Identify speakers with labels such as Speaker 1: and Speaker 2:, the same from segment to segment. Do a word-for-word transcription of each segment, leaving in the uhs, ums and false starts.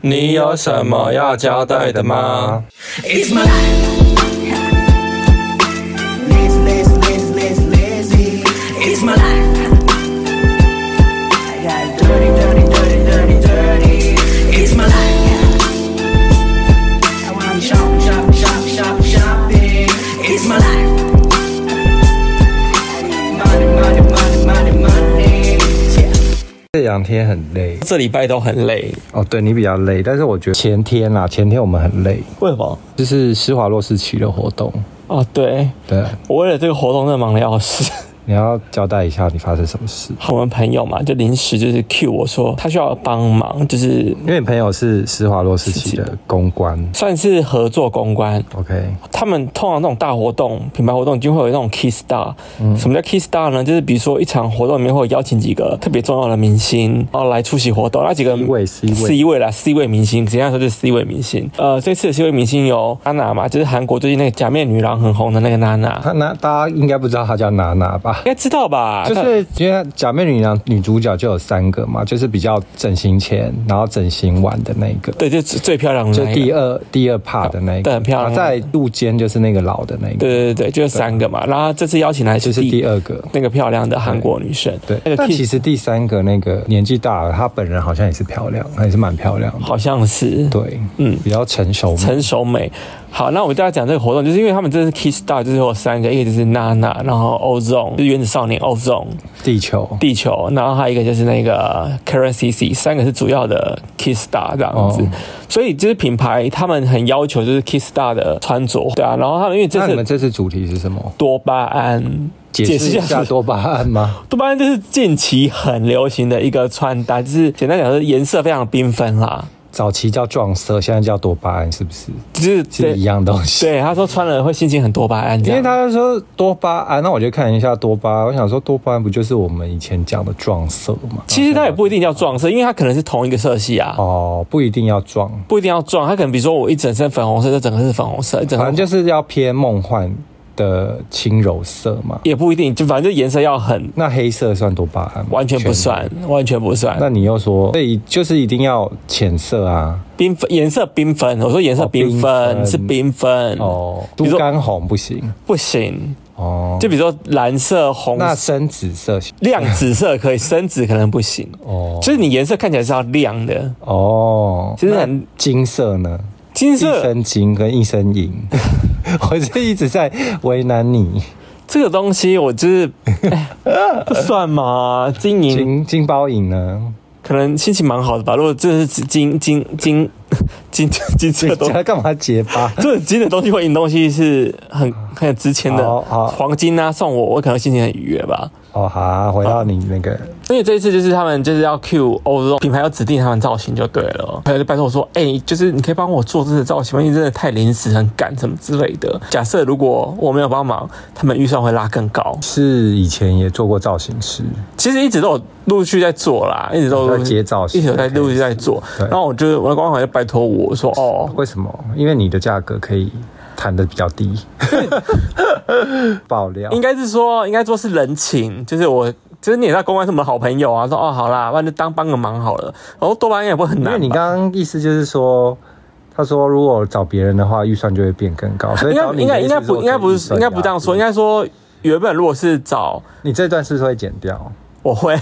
Speaker 1: 你有什么要交代的吗？
Speaker 2: It's my life. Lazy, lazy, lazy, lazy, lazy. It's my life. I got dirty, dirty, dirty, dirty, dirty. It's my life. I want shop, shop, shop, shop, shopping. It's my life. Money, money, money, money, money. Yeah.
Speaker 3: 这两天很累，
Speaker 1: 这礼拜都很累
Speaker 3: 哦。对你比较累，但是我觉得前天啦，前天我们很累。
Speaker 1: 为什么？
Speaker 3: 就是施华洛世奇的活动。
Speaker 1: 哦，对
Speaker 3: 对，
Speaker 1: 我为了这个活动真的忙得要死。
Speaker 3: 你要交代一下你发生什么事？
Speaker 1: 我们朋友嘛，就临时就是 cue 我说他需要帮忙，就是
Speaker 3: 因为你朋友是施华洛世奇的公关，
Speaker 1: 算是合作公关。
Speaker 3: OK，
Speaker 1: 他们通常那种大活动、品牌活动，就会有那种 key star。嗯，什么叫 key star 呢？就是比如说一场活动里面会邀请几个特别重要的明星，然后来出席活动。那几个
Speaker 3: C 位 C 位
Speaker 1: C 位啦 ，C 位明星，简单说就是 C 位明星。呃，这次的 C 位明星有娜娜嘛，就是韩国最近那个假面女郎很红的那个娜娜。
Speaker 3: 他那大家应该不知道她叫娜娜吧？
Speaker 1: 应该知道吧？
Speaker 3: 就是因为假面女郎女主角就有三个嘛，就是比较整形前，然后整形完的那个，
Speaker 1: 对，就最漂亮的那
Speaker 3: 就第二第二 part 的那个，
Speaker 1: 对，很漂亮。
Speaker 3: 在路肩就是那个老的那个，
Speaker 1: 对对对，就是三个嘛。然后这次邀请来
Speaker 3: 就是第二个
Speaker 1: 那个漂亮的韩国女生，
Speaker 3: 对。
Speaker 1: 那个
Speaker 3: 但其实第三个那个年纪大了，她本人好像也是漂亮，还是蛮漂亮的，
Speaker 1: 好像是
Speaker 3: 对，
Speaker 1: 嗯，
Speaker 3: 比较成熟
Speaker 1: 成熟美。好，那我跟大家讲这个活动，就是因为他们这是 Key Star， 就是有三个，一个就是娜娜，然后 Ozone 就是原子少年 Ozone，
Speaker 3: 地球
Speaker 1: 地球，然后还有一个就是那个 Karen C C， 三个是主要的 Key Star 这样子。哦，所以就是品牌他们很要求就是 Key Star 的穿着，对啊，然后他们因为这次
Speaker 3: 那你们这次主题是什么？
Speaker 1: 多巴胺。
Speaker 3: 解释一下多巴胺吗？
Speaker 1: 多巴胺就是近期很流行的一个穿搭，就是简单讲是颜色非常缤纷啦。
Speaker 3: 早期叫撞色，现在叫多巴胺，是不是？
Speaker 1: 就是
Speaker 3: 是一样东西。
Speaker 1: 对，他说穿了会心情很多巴胺这样，
Speaker 3: 因为他说多巴胺，那我就看一下多巴胺。我想说多巴胺不就是我们以前讲的撞色吗？
Speaker 1: 其实它也不一定叫撞色，因为它可能是同一个色系啊。
Speaker 3: 哦，不一定要撞，
Speaker 1: 不一定要撞，它可能比如说我一整身粉红色，这整个是粉红色，
Speaker 3: 反正就是要偏梦幻的轻柔色嘛，
Speaker 1: 也不一定，就反正就颜色要很。
Speaker 3: 那黑色算多巴胺吗？
Speaker 1: 完全不算，完全不算。
Speaker 3: 那你又说，所以就是一定要浅色啊，
Speaker 1: 缤纷颜色缤纷。我说颜色缤纷，哦，是缤纷
Speaker 3: 哦，都干红不行，
Speaker 1: 不行
Speaker 3: 哦。
Speaker 1: 就比如说蓝色、红色，
Speaker 3: 那深紫色、
Speaker 1: 亮紫色可以，深紫可能不行哦。就是你颜色看起来是要亮的哦，就是很
Speaker 3: 金色呢。
Speaker 1: 金色
Speaker 3: 一身金跟一身银，我是一直在为难你。
Speaker 1: 这个东西我就是，不算嘛，金银
Speaker 3: 金金包银呢，
Speaker 1: 可能心情蛮好的吧。如果这是金金金金金色的东西，
Speaker 3: 干嘛结巴？
Speaker 1: 这种金的东西或银东西是很很有值钱的，黄金啊送我，我可能心情很愉悦吧。
Speaker 3: 哦，好啊，回到你那个，
Speaker 1: 因为这一次就是他们就是要 Q Ozone 品牌要指定他们造型就对了，他就拜托我说，哎、欸，就是你可以帮我做这个造型吗？因为真的太临时很赶什么之类的。假设如果我没有帮忙，他们预算会拉更高。
Speaker 3: 是以前也做过造型师，
Speaker 1: 其实一直都有陆续在做啦，一直都
Speaker 3: 在接造型，
Speaker 1: 一直有在陆续在做。然后我就我的官网就拜托我说，哦，
Speaker 3: 为什么？因为你的价格可以谈的比较低，爆料
Speaker 1: 应该是说，应该说是人情，就是我，就是你也在公关是我们的好朋友啊，说哦好啦，不然就当帮个忙好了。然后多巴胺也不会很难，
Speaker 3: 因为你刚刚意思就是说，他说如果找别人的话，预算就会变更高，所以找你
Speaker 1: 应该应该不应该不是应该不这样说，应该说原本如果是找
Speaker 3: 你这段是不是会剪掉？
Speaker 1: 我会，因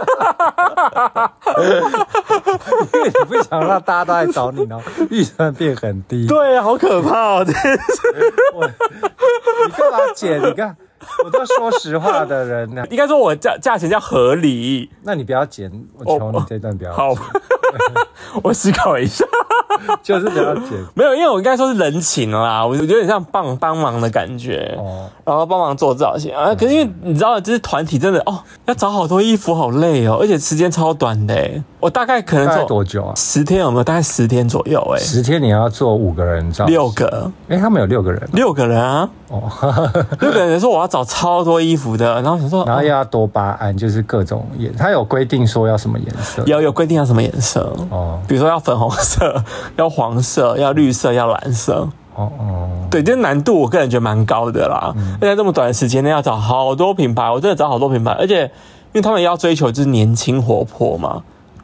Speaker 3: 为你不想让大家都来找你，然后预算变很低。
Speaker 1: 对啊，好可怕哦！真是，
Speaker 3: 你干嘛剪？你看，我都说实话的人呢、啊。
Speaker 1: 应该说我价价钱叫合理。
Speaker 3: 那你不要剪，我求你这段不要剪。
Speaker 1: 好，我思考一下。
Speaker 3: 就是不要剪，
Speaker 1: 没有，因为我应该说是人情啦，我有点像帮帮忙的感觉，哦，然后帮忙做造型啊。可是因为你知道，就是团体真的哦，要找好多衣服，好累哦，而且时间超短的。我大概可能做
Speaker 3: 多久啊？
Speaker 1: 十天有没有？大概十天左右哎。
Speaker 3: 十天你要做五个人造型？
Speaker 1: 六个？
Speaker 3: 哎、欸，他们有六个人、啊？
Speaker 1: 六个人啊？哦，六个人说我要找超多衣服的，然后想说，
Speaker 3: 然后又要多巴胺，就是各种颜，他有规定说要什么颜色？
Speaker 1: 有有规定要什么颜色？哦，比如说要粉红色，要黄色，要绿色，要蓝色。哦哦，对，这难度我个人觉得蛮高的啦。嗯、而且在这么短的时间内要找好多品牌，我真的找好多品牌，而且因为他们要追求就是年轻活泼嘛。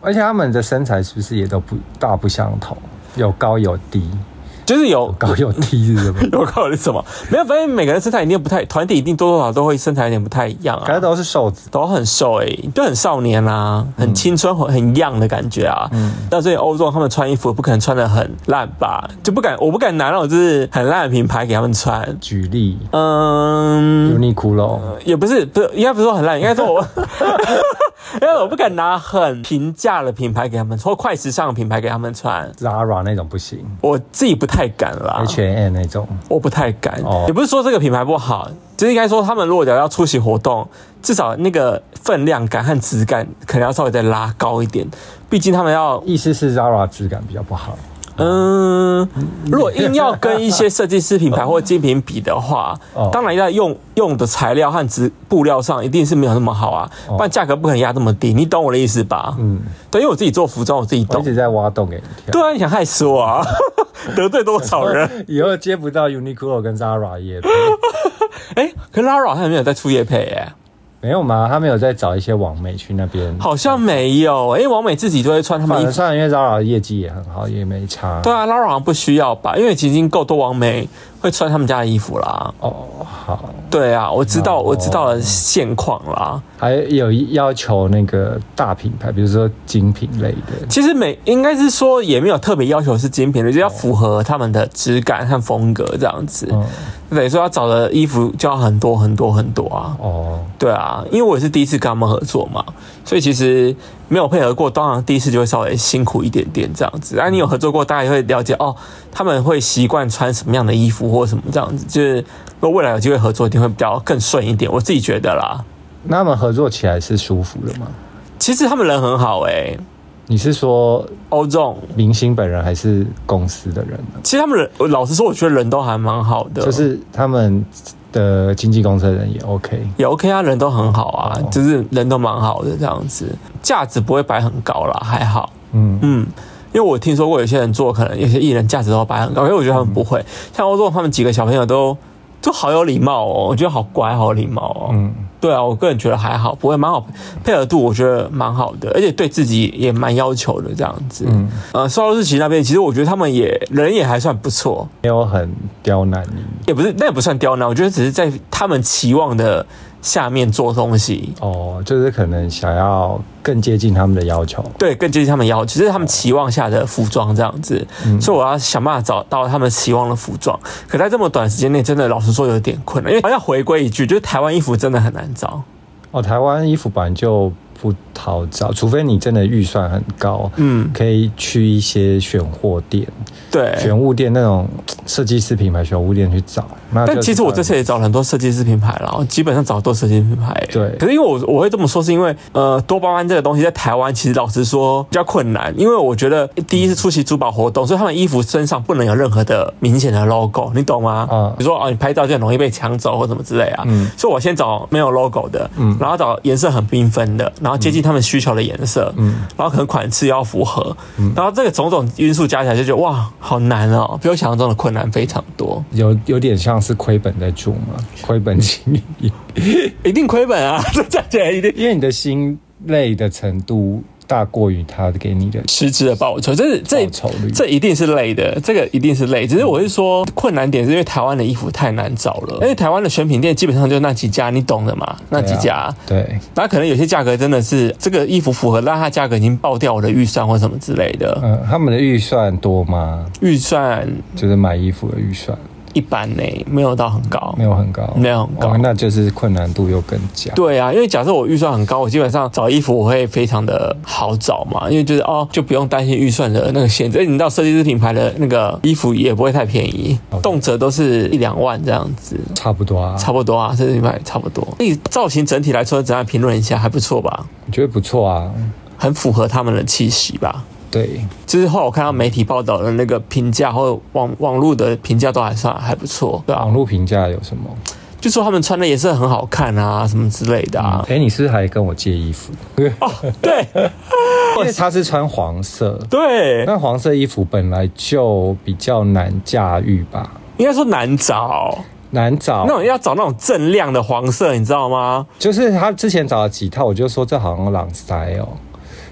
Speaker 3: 而且他们的身材是不是也都不大不相同，有高有低？
Speaker 1: 就是有,
Speaker 3: 有高有低是什么？
Speaker 1: 有高有低什么？没有，反正每个人身材一定不太，团体一定多多少少都会身材有点不太一样啊。
Speaker 3: 可是都是瘦子，
Speaker 1: 都很瘦哎、欸，就很少年啊，很青春、很很 young 的感觉啊。嗯，那所以欧洲他们穿衣服不可能穿得很烂吧？就不敢，我不敢拿那种就是很烂的品牌给他们穿。
Speaker 3: 举例，
Speaker 1: 嗯
Speaker 3: ，Uniqlo、呃、
Speaker 1: 也不是，不是，应该不是说很烂，应该说我。因为我不敢拿很平价的品牌给他们，或快时尚的品牌给他们穿
Speaker 3: ，Zara 那种不行，
Speaker 1: 我自己不太敢啦。
Speaker 3: H and M 那种，
Speaker 1: 我不太敢。
Speaker 3: 哦，
Speaker 1: 也不是说这个品牌不好，就是应该说他们如果要出席活动，至少那个分量感和质感可能要稍微再拉高一点，毕竟他们要。
Speaker 3: 意思是 Zara 质感比较不好。
Speaker 1: 嗯，如果硬要跟一些设计师品牌或精品比的话，哦、当然在用用的材料和质布料上一定是没有那么好啊，哦、不然价格不可能压这么低，你懂我的意思吧？嗯，对，因为我自己做服装，我自己懂。
Speaker 3: 我一直在挖洞给你跳。
Speaker 1: 对啊，你想害死我啊？得罪多少人？
Speaker 3: 以后接不到 Uniqlo 跟 Zara 业配。
Speaker 1: 哎、欸，可是 Zara 还没有在出业配耶、欸。
Speaker 3: 没有吗？他没有在找一些网美去那边，
Speaker 1: 好像没有，因为网美自己都会穿他们衣服。
Speaker 3: 算了，因为 Zara 的业绩也很好，也没差。
Speaker 1: 对啊 ，Zara 好像不需要吧？因为已经够多网美会穿他们家的衣服啦。
Speaker 3: 哦，好。
Speaker 1: 对啊，我知道，我知道了现况啦。
Speaker 3: 还有要求那个大品牌，比如说精品类的。
Speaker 1: 其实每应该是说也没有特别要求是精品的，就要符合他们的质感和风格这样子。嗯，等于说要找的衣服就要很多很多很多啊。哦，对啊，因为我也是第一次跟他们合作嘛，所以其实没有配合过，当然第一次就会稍微辛苦一点点这样子。啊，你有合作过，大家也会了解哦，他们会习惯穿什么样的衣服或什么这样子，就是如果未来有机会合作，一定会比较更顺一点，我自己觉得啦。
Speaker 3: 那他们合作起来是舒服的吗？
Speaker 1: 其实他们人很好哎、欸。
Speaker 3: 你是说
Speaker 1: 欧仲
Speaker 3: 明星本人还是公司的人呢？
Speaker 1: 其实他们人，老实说，我觉得人都还蛮好的。
Speaker 3: 就是他们的经纪公司的人也 OK，
Speaker 1: 也 OK 啊，人都很好啊，哦、就是人都蛮好的这样子，价值不会摆很高啦，还好。嗯嗯，因为我听说过有些人做，可能有些艺人价值都摆很高，因为我觉得他们不会。嗯、像欧仲他们几个小朋友都。就好有礼貌哦，我觉得好乖，好有礼貌哦。嗯，对啊，我个人觉得还好，不会蛮好，配合度我觉得蛮好的，而且对自己也蛮要求的这样子。嗯，呃，邵洛士奇那边其实我觉得他们也人也还算不错，
Speaker 3: 没有很刁难你，
Speaker 1: 也不是，那也不算刁难，我觉得只是在他们期望的下面做东西。
Speaker 3: 哦，就是可能想要更接近他们的要求，
Speaker 1: 对，更接近他们要求，这是他们期望下的服装这样子。嗯，所以我要想办法找到他们期望的服装。可在这么短时间内，真的老实说有点困难，因为要回归一句，就是台湾衣服真的很难找。
Speaker 3: 哦，台湾衣服本来就不好找，除非你真的预算很高，嗯，可以去一些选货店，对，选物店那种设计师品牌选物店去找。那
Speaker 1: 但其实我这次也找了很多设计师品牌啦，我基本上找多设计师品牌。对，可是因为我我会这么说，是因为呃多巴胺这个东西在台湾其实老实说比较困难，因为我觉得第一是出席珠宝活动，所以他们衣服身上不能有任何的明显的 logo， 你懂吗？嗯，比如说哦，你拍照就很容易被抢走或什么之类啊。嗯，所以我先找没有 logo 的，嗯，然后找颜色很缤纷的，然后接近他们需求的颜色，嗯，然后可能款式要符合，嗯，然后这个种种因素加起来就觉得哇，好难哦，比我想象中的困难非常多，
Speaker 3: 有有点像是亏本在做嘛，亏本经营，
Speaker 1: 一定亏本啊，这讲起来一定，
Speaker 3: 因为你的心累的程度大过于他给你的
Speaker 1: 实质的报酬，这这这一定是累的，这个一定是累。只是我是说，困难点是因为台湾的衣服太难找了，因为台湾的选品店基本上就那几家，你懂的嘛，那几家。
Speaker 3: 对、啊，对，
Speaker 1: 那可能有些价格真的是这个衣服符合，但它价格已经爆掉我的预算或什么之类的。
Speaker 3: 嗯，他们的预算多吗？
Speaker 1: 预算
Speaker 3: 就是买衣服的预算。
Speaker 1: 一般呢、欸，没有到很高，
Speaker 3: 没有很高，
Speaker 1: 没有很高、
Speaker 3: 哦，那就是困难度又更加。
Speaker 1: 对啊，因为假设我预算很高，我基本上找衣服我会非常的好找嘛，因为就是哦，就不用担心预算的那个限制。你到设计师品牌的那个衣服也不会太便宜， okay. 动辄都是一两万这样子，
Speaker 3: 差不多啊，
Speaker 1: 差不多啊，设计师品牌差不多。你造型整体来说，怎样评论一下？还不错吧？
Speaker 3: 我觉得不错啊，
Speaker 1: 很符合他们的气息吧。
Speaker 3: 对，
Speaker 1: 就是后来我看到媒体报道的那个评价，或者网网络的评价都还算还不错，对吧、啊？
Speaker 3: 网络评价有什么？
Speaker 1: 就说他们穿的也是很好看啊，什么之类的啊。
Speaker 3: 哎、嗯欸，你是不是还跟我借衣服？
Speaker 1: 哦，对，
Speaker 3: 因为他是穿黄色，
Speaker 1: 对，
Speaker 3: 那黄色衣服本来就比较难驾驭吧？
Speaker 1: 应该说难找。
Speaker 3: 难找，
Speaker 1: 那种要找那种锃亮的黄色，你知道吗？
Speaker 3: 就是他之前找了几套，我就说这好像朗塞哦。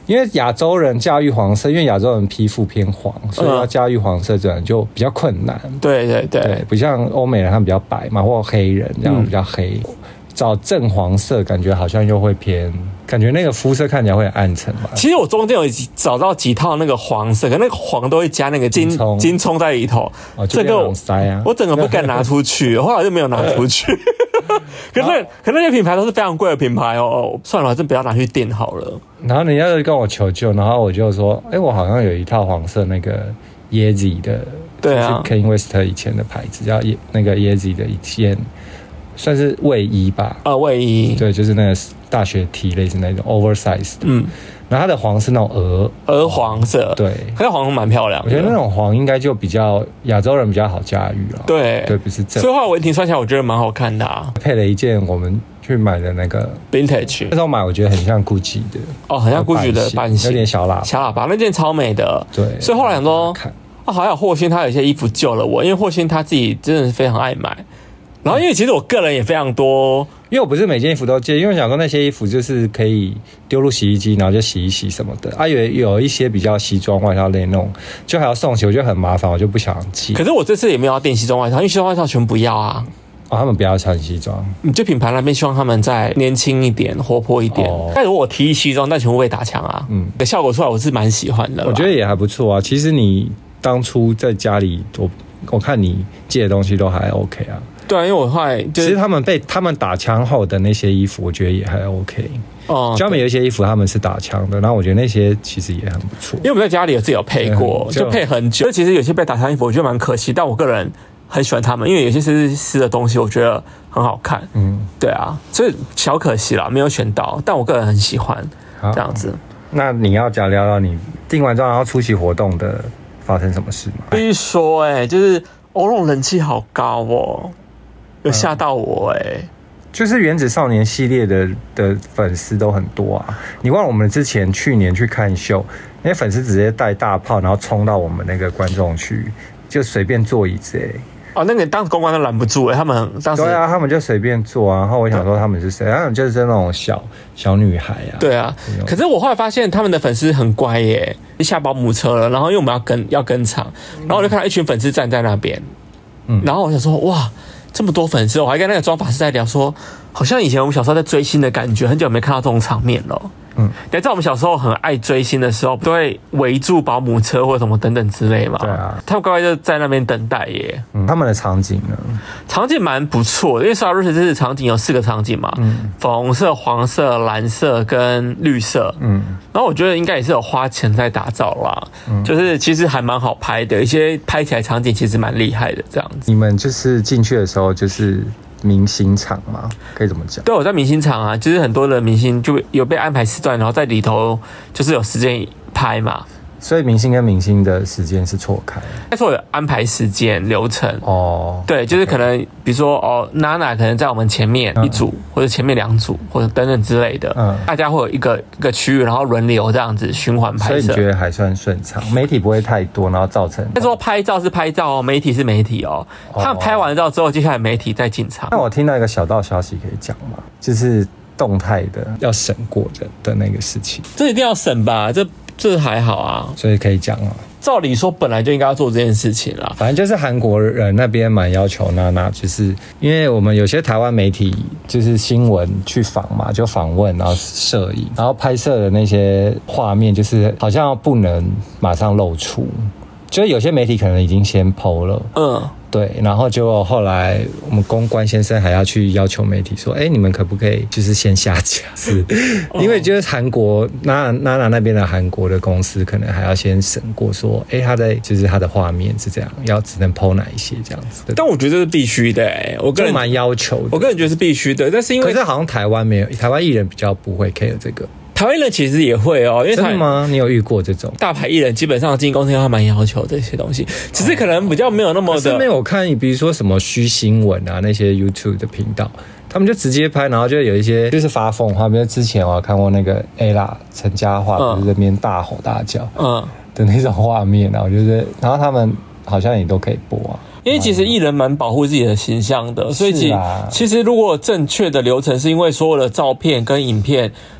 Speaker 3: 因为亚洲人驾驭黄色，因为亚洲人皮肤偏黄，所以要驾驭黄色这样就比较困难。
Speaker 1: 对对 对,
Speaker 3: 对，不像欧美人他们比较白嘛，或黑人这样比较黑。嗯，找正黄色感觉好像又会偏，感觉那个肤色看起来会很暗沉吧。
Speaker 1: 其实我中间有找到几套那个黄色，可那个黄都会加那个金金葱在里头，
Speaker 3: 哦，这个塞啊，
Speaker 1: 我整个不敢拿出去，后来就没有拿出去。可是可那些品牌都是非常贵的品牌哦，算了，还是不要拿去订好了。
Speaker 3: 然后人家就跟我求救，然后我就说，哎、欸，我好像有一套黄色那个 Yeezy 的，
Speaker 1: 对啊
Speaker 3: ，Kanye West 以前的牌子叫那个 Yeezy 的一件。算是卫衣吧，
Speaker 1: 啊，卫衣，
Speaker 3: 对，就是那个大学 T 类似那种 oversize 的，嗯，然后它的黄是那种鹅
Speaker 1: 鹅黄色，对，它的黄蛮漂亮的。
Speaker 3: 我觉得那种黄应该就比较亚洲人比较好驾驭了，
Speaker 1: 对，
Speaker 3: 对，不是正。
Speaker 1: 所以后来我一听穿起来，我觉得蛮好看的啊。
Speaker 3: 配了一件我们去买的那个
Speaker 1: vintage，
Speaker 3: 那时候买我觉得很像 Gucci 的，
Speaker 1: 哦，很像 Gucci 的版型，
Speaker 3: 有点小喇叭，
Speaker 1: 小喇叭那件超美的，
Speaker 3: 对。
Speaker 1: 所以后来想说，啊，好像霍勋他有些衣服救了我，因为霍勋他自己真的是非常爱买。然后，因为其实我个人也非常多，
Speaker 3: 因为我不是每件衣服都借，因为我想说那些衣服就是可以丢入洗衣机，然后就洗一洗什么的。啊有，有有一些比较西装外套类那种，就还要送洗，我觉得很麻烦，我就不想寄。
Speaker 1: 可是我这次也没有要订西装外套，因为西装外套全部不要啊。
Speaker 3: 哦，他们不要穿西装，
Speaker 1: 你就品牌那边希望他们再年轻一点、活泼一点。哦、但如果我提议西装，但全部被打枪啊，嗯，效果出来我是蛮喜欢的。
Speaker 3: 我觉得也还不错啊。其实你当初在家里，我我看你借的东西都还 OK 啊。
Speaker 1: 对啊，因为我后来就是、
Speaker 3: 其实他们被他们打枪后的那些衣服，我觉得也还 OK。哦，就他们有一些衣服他们是打枪的，然后我觉得那些其实也很不错。
Speaker 1: 因为我们在家里有自己有配过，就配很久。其实有些被打枪衣服，我觉得蛮可惜，但我个人很喜欢他们，因为有些是湿的东西，我觉得很好看。嗯，对啊，所以小可惜啦，没有选到，但我个人很喜欢这样子。
Speaker 3: 那你要讲聊聊你订完之后然后出席活动的发生什么事吗？
Speaker 1: 必须说、欸，哎，就是欧龙人气好高哦。有吓到我哎、欸嗯，
Speaker 3: 就是原子少年系列的的粉丝都很多啊！你忘了我们之前去年去看秀，那些粉丝直接带大炮，然后冲到我们那个观众区，就随便坐椅子哎、欸。
Speaker 1: 哦，那个当时公关都拦不住哎、欸，他们当时
Speaker 3: 对啊，他们就随便坐啊。然后我想说他们是谁？他们就是那种小小女孩啊。
Speaker 1: 对啊，可是我后来发现他们的粉丝很乖耶、欸，下保姆车了，然后因为我们要跟要跟场，然后我就看到一群粉丝站在那边，嗯，然后我想说哇。这么多粉丝，我还跟那个妆发师在聊说，好像以前我们小时候在追星的感觉，很久没看到这种场面了。嗯，你在我们小时候很爱追星的时候，都会围住保姆车或者什么等等之类嘛。
Speaker 3: 对啊，
Speaker 1: 他们乖乖就在那边等待耶。
Speaker 3: 嗯，他们的场景呢？
Speaker 1: 场景蛮不错的，因为 Star Rush 这次场景有四个场景嘛，嗯，粉红色、黄色、蓝色跟绿色。嗯，然后我觉得应该也是有花钱在打造啦，嗯，就是其实还蛮好拍的，一些拍起来场景其实蛮厉害的这样子。
Speaker 3: 你们就是进去的时候就是明星场吗？可以怎么讲？
Speaker 1: 对，我在明星场啊，就是很多的明星就有被安排时段，然后在里头就是有时间拍嘛。
Speaker 3: 所以明星跟明星的时间是错开，
Speaker 1: 但是我有安排时间流程哦。对，就是可能比如说哦 ，Nana 可能在我们前面一组，嗯、或者前面两组，或者等等之类的，嗯，大家会有一个一个区域，然后轮流这样子循环拍摄。
Speaker 3: 所以你觉得还算顺畅，媒体不会太多，然后造成。
Speaker 1: 他说拍照是拍照哦，媒体是媒体哦。哦他们拍完照之后，接下来媒体再进场。
Speaker 3: 那我听到一个小道消息可以讲吗？就是动态的要审过的的那个事情。
Speaker 1: 这一定要审吧？这。这还好啊，
Speaker 3: 所以可以讲啊。
Speaker 1: 照理说本来就应该要做这件事情啦。
Speaker 3: 反正就是韩国人那边蛮要求娜娜，就是因为我们有些台湾媒体就是新闻去访嘛，就访问，然后摄影，然后拍摄的那些画面，就是好像不能马上露出，就是有些媒体可能已经先 po 了，嗯。对，然后结果后来我们公关先生还要去要求媒体说，哎，你们可不可以就是先下架？是，因为就是韩国娜娜娜那边的韩国的公司可能还要先审过，说，哎，他在就是他的画面是这样，要只能 po 哪一些这样子。
Speaker 1: 但我觉得这是必须的、欸，我个人
Speaker 3: 蛮要求的，
Speaker 1: 我个人觉得是必须的，但是因为
Speaker 3: 可是好像台湾没有，台湾艺人比较不会 care 这个。
Speaker 1: 台湾人其实也会哦，因为
Speaker 3: 真的吗？你有遇过这种
Speaker 1: 大牌艺人？基本上经纪公司他蛮要求这些东西，只是可能比较没有那么的。
Speaker 3: 可是没有看，比如说什么虚新闻啊，那些 YouTube 的频道，他们就直接拍，然后就有一些就是发疯话，比如之前我有看过那个 Ella 陈嘉桦不是在那边大吼大叫，嗯的那种画面，然后就是，然后他们好像也都可以播啊。
Speaker 1: 因为其实艺人蛮保护自己的形象的，所以其、啊、其实如果正确的流程是因为所有的照片跟影片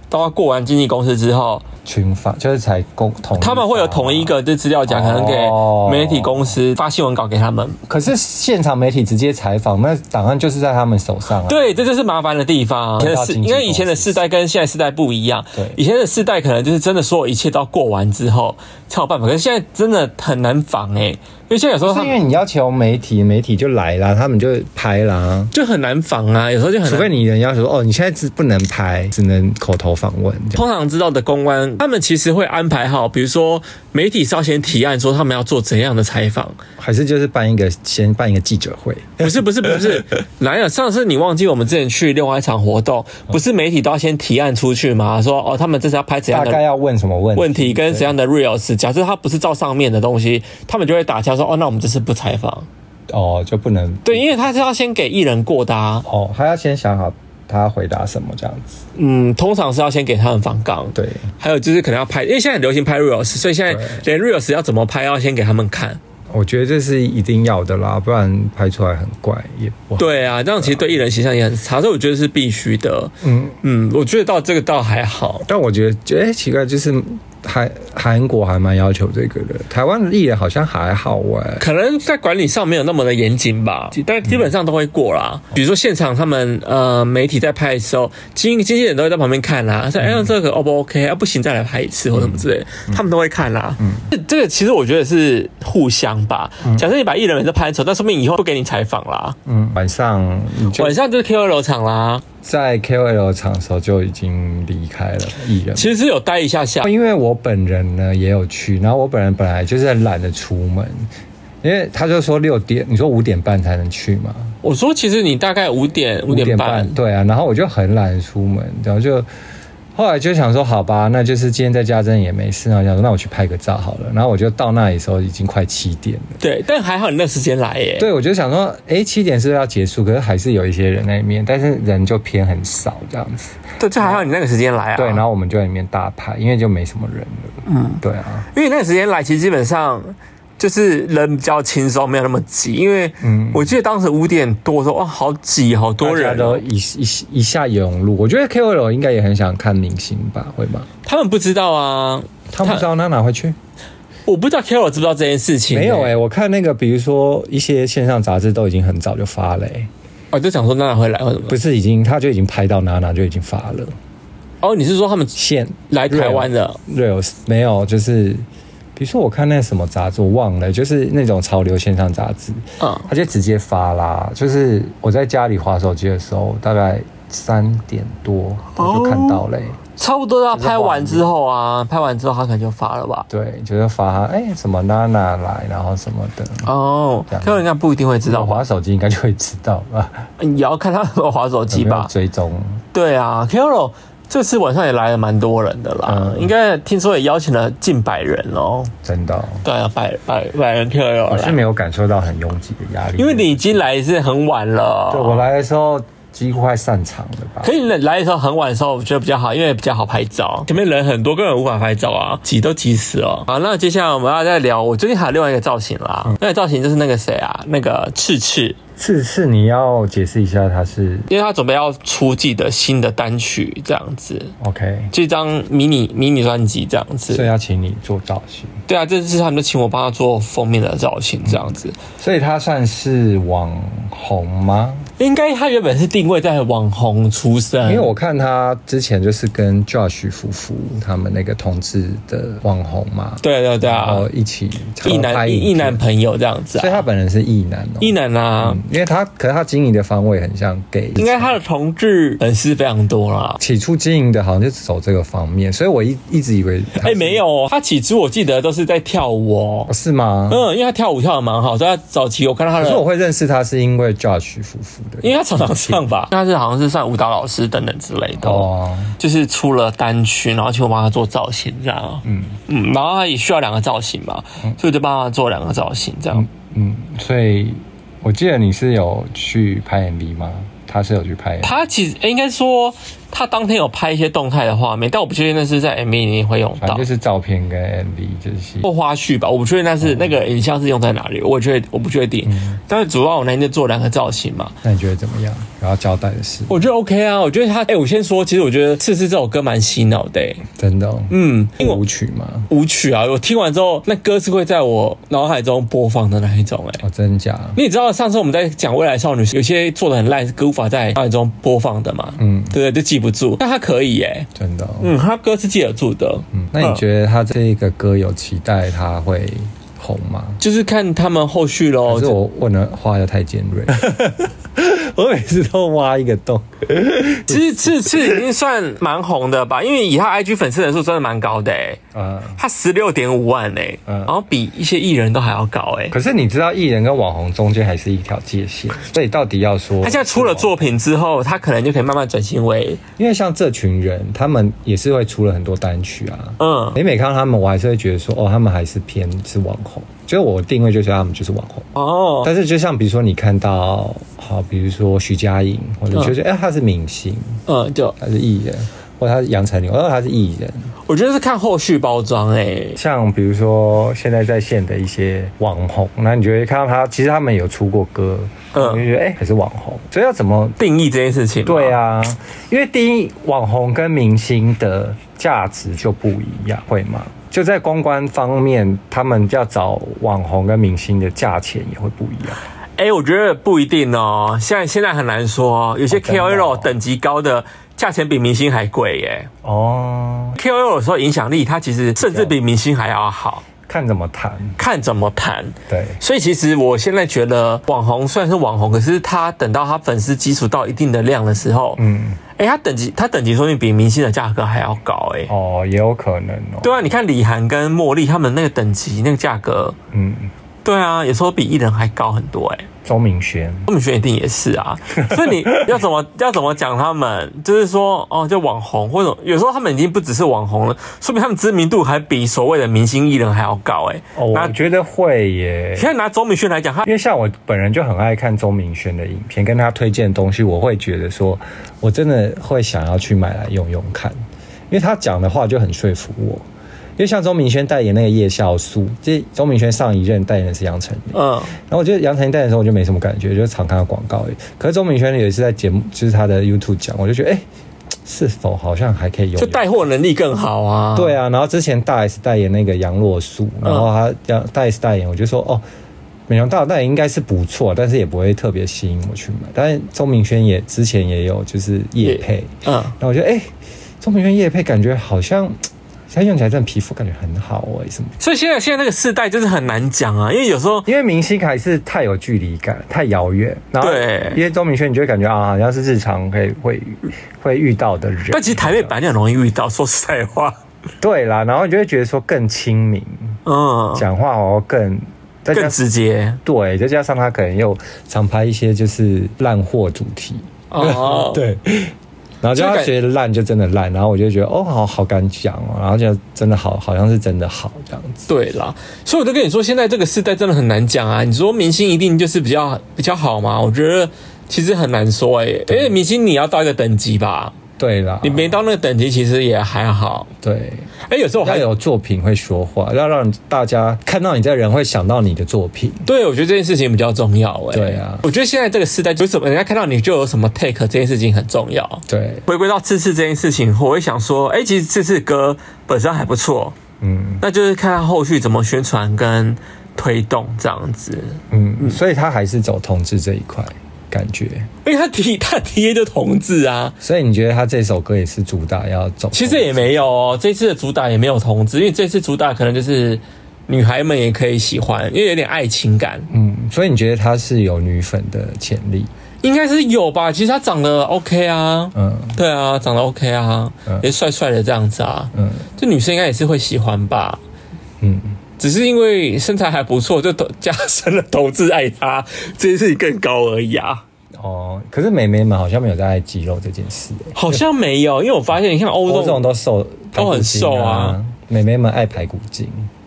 Speaker 1: 到过完经纪公司之后，
Speaker 3: 群发就是才共统，
Speaker 1: 他们会有统一一个这资料夹，可能给媒体公司发新闻稿给他们。
Speaker 3: 可是现场媒体直接采访，那档案就是在他们手上啊。
Speaker 1: 对，这就是麻烦的地方。因为以前的世代跟现在世代不一样，
Speaker 3: 对，
Speaker 1: 以前的世代可能就是真的所有一切都要过完之后才有办法，可是现在真的很难防哎、欸，因为现在有时候他
Speaker 3: 是因为你要求媒体，媒体就来啦，他们就拍啦，
Speaker 1: 就很难防啊，有时候就很难，
Speaker 3: 除非你人要求说哦，你现在只不能拍，只能口头访问。
Speaker 1: 通常知道的公关，他们其实会安排好，比如说媒体是要先提案说他们要做怎样的采访，
Speaker 3: 还是就是办一个先办一个记者会？
Speaker 1: 不是不是不是，哪有？上次你忘记我们之前去另外一场活动，不是媒体都要先提案出去吗？说哦，他们这次要拍怎样的，
Speaker 3: 大概要问什么问题，
Speaker 1: 问题跟怎样的 reels， 假设他不是照上面的东西，他们就会打枪说哦，那我们这次不采访。
Speaker 3: 哦，就不能
Speaker 1: 对，因为他是要先给艺人过的啊。
Speaker 3: 哦，他要先想好他回答什么这样子。
Speaker 1: 嗯，通常是要先给他们访纲。
Speaker 3: 对，
Speaker 1: 还有就是可能要拍，因为现在很流行拍 reels， 所以现在连 reels 要怎么拍，要先给他们看。
Speaker 3: 我觉得这是一定要的啦，不然拍出来很怪也不好。
Speaker 1: 对啊，这样其实对艺人形象也很差，所以我觉得是必须的。嗯嗯，我觉得到这个倒还好，
Speaker 3: 但我觉得觉得、欸、奇怪，就是韩韩国还蛮要求这个的，台湾的艺人好像还好哎、欸，
Speaker 1: 可能在管理上没有那么的严谨吧，但基本上都会过啦。嗯、比如说现场他们呃媒体在拍的时候，经经纪人都会在旁边看啦，说哎、欸、这个 O 不 OK 啊，不行再来拍一次或什么之类的，嗯、他们都会看啦。嗯，这个其实我觉得是互相吧。嗯、假设你把艺人每次拍丑，那说明以后不给你采访啦。嗯，晚上晚上就是 K O L 场啦。
Speaker 3: 在 K O L 场的时候就已经离开了艺人，
Speaker 1: 其实是有待一下下，
Speaker 3: 因为我本人呢也有去，然后我本人本来就是很懒得出门，因为他就说六点，你说五点半才能去嘛，
Speaker 1: 我说其实你大概五点五点半，
Speaker 3: 对啊，然后我就很懒得出门，然后就后来就想说好吧，那就是今天在家真的也没事，然后想说那我去拍个照好了，然后我就到那里的时候已经快七点了，
Speaker 1: 对，但还好你那时间来耶，
Speaker 3: 对，我就想说哎七点是不是要结束，可是还是有一些人在里面，但是人就偏很少这样子，
Speaker 1: 对，就还好你那个时间来啊，
Speaker 3: 对，然后我们就在里面大拍，因为就没什么人了，嗯，对啊，
Speaker 1: 因为那个时间来其实基本上就是人比较轻松，没有那么挤。因为我记得当时五点多的时候，哇，好挤，好多人、哦，大家
Speaker 3: 都一一一下涌入。我觉得 K O L 应该也很想看明星吧，会吗？
Speaker 1: 他们不知道啊，
Speaker 3: 他们不知道，那哪会去？
Speaker 1: 我不知道 K O L 知不知道这件事情、欸。
Speaker 3: 没有哎、欸，我看那个，比如说一些线上杂志都已经很早就发了、欸。
Speaker 1: 我、哦、就想说娜娜会来，或什么？
Speaker 3: 不是，已经他就已经拍到娜娜就已经发了。
Speaker 1: 哦，你是说他们
Speaker 3: 现
Speaker 1: 来台湾的
Speaker 3: Reels 没有？就是比如说我看那什么杂志，我忘了，就是那种潮流线上杂志，嗯，他就直接发啦。就是我在家里滑手机的时候，大概三点多我就看到了、欸。哦，
Speaker 1: 差不多要拍完之后啊，拍完之后他可能就发了吧？
Speaker 3: 对，就是发他哎、欸、什么娜娜来，然后什么的
Speaker 1: 哦。K O L 应该不一定会知道，
Speaker 3: 滑手机应该就会知道吧？
Speaker 1: 也要看他有没有滑手机吧？
Speaker 3: 有没有追踪？对
Speaker 1: 啊 ，K O L 这次晚上也来了蛮多人的啦，嗯、应该听说也邀请了近百人哦。真的、哦？对啊，百百百人 K O L
Speaker 3: 我是没有感受到很拥挤的压力，
Speaker 1: 因为你已经来是很晚了。
Speaker 3: 对，我来的时候几乎快散场了吧？
Speaker 1: 可以来的时候很晚的时候，我觉得比较好，因为比较好拍照。前面人很多，根本无法拍照啊，挤都挤死了。好，那接下来我们要再聊，我最近还有另外一个造型啦。嗯、那个造型就是那个谁啊，那个赤赤。
Speaker 3: 赤赤，你要解释一下他是，
Speaker 1: 因为他准备要出自己的新的单曲，这样子。
Speaker 3: OK，
Speaker 1: 这张迷你迷你专辑这样子，
Speaker 3: 所以要请你做造型。
Speaker 1: 对啊，这次他们就请我帮他做封面的造型，这样子。嗯、
Speaker 3: 所以他算是网红吗？
Speaker 1: 应该他原本是定位在网红出身，
Speaker 3: 因为我看他之前就是跟 Josh 夫妇他们那个同志的网红嘛，
Speaker 1: 对对对啊，
Speaker 3: 然后一起
Speaker 1: 异男异男朋友这样子、啊，
Speaker 3: 所以他本人是异男哦，
Speaker 1: 异男啊、嗯，
Speaker 3: 因为他可是他经营的方位很像 gay，
Speaker 1: 应该他的同志粉丝非常多啦。
Speaker 3: 起初经营的好像就走这个方面，所以我一一直以为
Speaker 1: 哎、欸、没有，他起初我记得都是在跳舞哦，
Speaker 3: 哦是吗？
Speaker 1: 嗯，因为他跳舞跳得蛮好，所以他早期我看到他的，
Speaker 3: 可是我会认识他是因为 Josh 夫妇的，
Speaker 1: 因为他常常唱吧，他是好像是算舞蹈老师等等之类的，哦，就是出了单曲，然后请我帮他做造型这样，嗯嗯，然后他也需要两个造型嘛，嗯、所以就帮他做两个造型这样，
Speaker 3: 嗯，嗯所以我记得你是有去拍 M V 吗？他是有去拍 M V，
Speaker 1: 他其实应该说他当天有拍一些动态的画面，但我不确定那是在 M V 里面会用到，
Speaker 3: 反正就是照片跟 M V 就是
Speaker 1: 或花絮吧，我不确定那是、嗯、那个影像是用在哪里，我觉得我不确定、嗯。但是主要我那天就做两个造型嘛。
Speaker 3: 那你觉得怎么样？然后交代的是，
Speaker 1: 我觉得 OK 啊，我觉得他，哎、欸，我先说，其实我觉得《刺刺》这首歌蛮洗脑的、欸，
Speaker 3: 真的、哦，
Speaker 1: 嗯，
Speaker 3: 舞曲嘛，
Speaker 1: 舞曲啊，我听完之后，那歌是会在我脑海中播放的那一种、欸，哎，
Speaker 3: 哦，真假？
Speaker 1: 你也知道，上次我们在讲《未来少女》，有些做的很烂，是歌无法在脑海中播放的嘛，嗯，对对，就记不住，但他可以、欸，哎，
Speaker 3: 真的、哦，
Speaker 1: 嗯，他歌是记得住的，
Speaker 3: 嗯，那你觉得他这个歌有期待他会红吗？
Speaker 1: 就是看他们后续咯。
Speaker 3: 可是我问的话又太尖锐，我每次都挖一个洞。
Speaker 1: 其实刺刺已经算蛮红的吧，因为以他 I G 粉丝人数真的蛮高的哎、欸，嗯，他十六点五万哎、欸，嗯，然后比一些艺人都还要高哎、欸。
Speaker 3: 可是你知道艺人跟网红中间还是一条界限，所以到底要说，
Speaker 1: 他现在出了作品之后，他可能就可以慢慢转型为，
Speaker 3: 因为像这群人，他们也是会出了很多单曲啊，
Speaker 1: 嗯，
Speaker 3: 每每看到他们，我还是会觉得说，哦，他们还是偏是网红。所以我定位就是他们就是网红哦，但是就像比如说你看到好，比如说徐佳莹，或者就是哎、嗯欸、他是明星，嗯，就他是艺人，或者他是杨丞琳，或者他是艺人。
Speaker 1: 我觉得是看后续包装哎、欸，
Speaker 3: 像比如说现在在线的一些网红，那你就会看到他，其实他们有出过歌，嗯，你就觉得哎、欸、还是网红。所以要怎么
Speaker 1: 定义这件事情？
Speaker 3: 对啊，因为第一，网红跟明星的价值就不一样，会吗？就在公关方面，他们要找网红跟明星的价钱也会不一样。
Speaker 1: 哎、欸，我觉得不一定哦。现在现在很难说，有些 K O L 等级高的价钱比明星还贵耶。哦 ，K O L 有时候影响力，它其实甚至比明星还要好。
Speaker 3: 看怎么谈，
Speaker 1: 看怎么谈。
Speaker 3: 对，
Speaker 1: 所以其实我现在觉得网红虽然是网红，可是他等到他粉丝基础到一定的量的时候，嗯，哎、欸，他等级他等级说不定比明星的价格还要高、欸，哎，
Speaker 3: 哦，也有可能哦。
Speaker 1: 对啊，你看李涵跟茉莉他们那个等级那个价格，嗯，对啊，有时候比艺人还高很多、欸，哎。
Speaker 3: 周明轩，
Speaker 1: 周明轩一定也是啊，所以你要怎么要怎么讲他们？就是说，哦，就网红，或者有时候他们已经不只是网红了，说明他们知名度还比所谓的明星艺人还要高哎、欸。
Speaker 3: 哦，我觉得会耶。
Speaker 1: 现在拿周明轩来讲，他
Speaker 3: 因为像我本人就很爱看周明轩的影片，跟他推荐的东西，我会觉得说，我真的会想要去买来用用看，因为他讲的话就很说服我。因为像周明轩代言那个叶酵素，这周明轩上一任代言的是杨丞琳，嗯，然后我觉得杨丞琳代言的时候我就没什么感觉，就常看到广告而已。可是周明轩有一次在节目，就是他的 YouTube 讲，我就觉得，哎、欸，是否好像还可以用，
Speaker 1: 就带货能力更好啊？
Speaker 3: 对啊，然后之前大 S 代言那个杨洛素，然后他大 S 代言，我就说，哦，美容大代言应该是不错，但是也不会特别吸引我去买。但是周明轩也之前也有就是业配，嗯，然后我觉得，哎、欸，周明轩业配感觉好像。它用起来真的皮肤感觉很好哎、欸，什么？
Speaker 1: 所以现在现在那个世代就是很难讲啊，因为有时候
Speaker 3: 因为明星还是太有距离感，太遥远。然后对，因为周明轩，你就会感觉啊，好像是日常可以会会遇到的人。
Speaker 1: 但其实台北本来很容易遇到，说实在话。
Speaker 3: 对啦，然后你就会觉得说更亲民，嗯，讲话哦更
Speaker 1: 更直接。
Speaker 3: 对，再加上他可能又常拍一些就是烂货主题哦，对。然后就他觉得烂就真的烂，然后我就觉得哦，好好敢讲哦，然后就真的好，好像是真的好这样子。
Speaker 1: 对啦，所以我就跟你说，现在这个世代真的很难讲啊。你说明星一定就是比较比较好吗？我觉得其实很难说哎、欸，因为明星你要到一个等级吧。
Speaker 3: 对啦，
Speaker 1: 你没到那个等级，其实也还好。
Speaker 3: 对，
Speaker 1: 哎、欸，有时候还
Speaker 3: 要有作品会说话，要让大家看到你这个人会想到你的作品。
Speaker 1: 对，我觉得这件事情比较重要、欸。哎，
Speaker 3: 对啊，
Speaker 1: 我觉得现在这个时代，就是什么人家看到你就有什么 take， 这件事情很重要。
Speaker 3: 对，
Speaker 1: 回归到刺刺这件事情，我会想说，哎、欸，其实刺刺歌本身还不错，嗯，那就是看他后续怎么宣传跟推动这样子。
Speaker 3: 嗯，嗯所以他还是走同志这一块。感觉，
Speaker 1: 因为他提他提就同志啊，
Speaker 3: 所以你觉得他这首歌也是主打要走？
Speaker 1: 其实也没有哦，这次的主打也没有同志，因为这次主打可能就是女孩们也可以喜欢，因为有点爱情感。
Speaker 3: 嗯，所以你觉得他是有女粉的潜力？
Speaker 1: 应该是有吧，其实他长得 OK 啊，嗯，对啊，长得 OK 啊，嗯、也帅帅的这样子啊，嗯，这女生应该也是会喜欢吧，嗯。只是因为身材还不错，就加深了同志爱他这件事情更高而已啊。
Speaker 3: 哦，可是美眉们好像没有在爱肌肉这件事、欸，
Speaker 1: 好像没有，因为我发现你看欧洲
Speaker 3: 这种都瘦，
Speaker 1: 都很瘦啊。
Speaker 3: 美眉们爱排骨精，